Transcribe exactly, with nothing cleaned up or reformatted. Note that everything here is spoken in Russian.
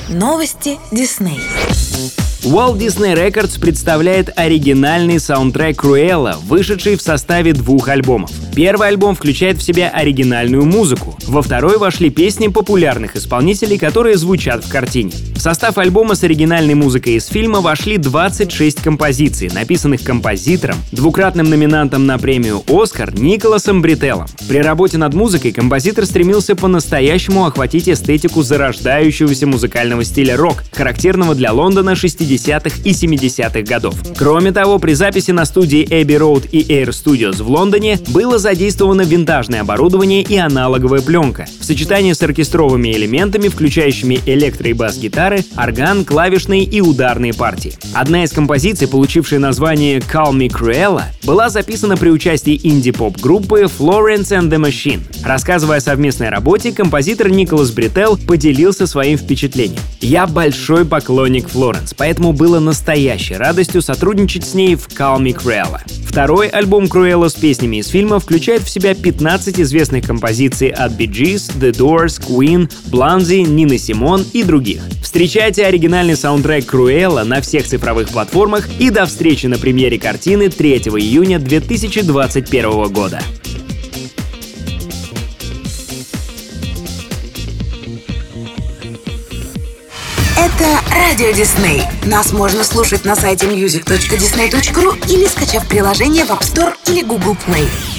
Новости Дисней. Walt Disney Records представляет оригинальный саундтрек Cruella, вышедший в составе двух альбомов. Первый альбом включает в себя оригинальную музыку, во второй вошли песни популярных исполнителей, которые звучат в картине. В состав альбома с оригинальной музыкой из фильма вошли двадцать шесть композиций, написанных композитором, двукратным номинантом на премию «Оскар» Николасом Брителлом. При работе над музыкой композитор стремился по-настоящему охватить эстетику зарождающегося музыкального стиля рок, характерного для Лондона шестидесятых и семидесятых годов. Кроме того, при записи на студии Abbey Road и Air Studios в Лондоне было задействовано винтажное оборудование и аналоговая пленка. В сочетании с оркестровыми элементами, включающими электро- и бас-гитары, орган, клавишные и ударные партии. Одна из композиций, получившая название «Call Me Cruella», была записана при участии инди-поп-группы Florence and the Machine. Рассказывая о совместной работе, композитор Николас Брителл поделился своим впечатлением. «Я большой поклонник Флоренс, поэтому было настоящей радостью сотрудничать с ней в Call Me Cruella». Второй альбом Cruella с песнями из фильма включает в себя пятнадцать известных композиций от Bee Gees, The Doors, Queen, Blondie, Нины Симон и других. Встречайте оригинальный саундтрек Cruella на всех цифровых платформах и до встречи на премьере картины третьего июня две тысячи двадцать первого года. Это Радио Дисней. Нас можно слушать на сайте мьюзик точка дисней точка ру или скачав приложение в App Store или Google Play.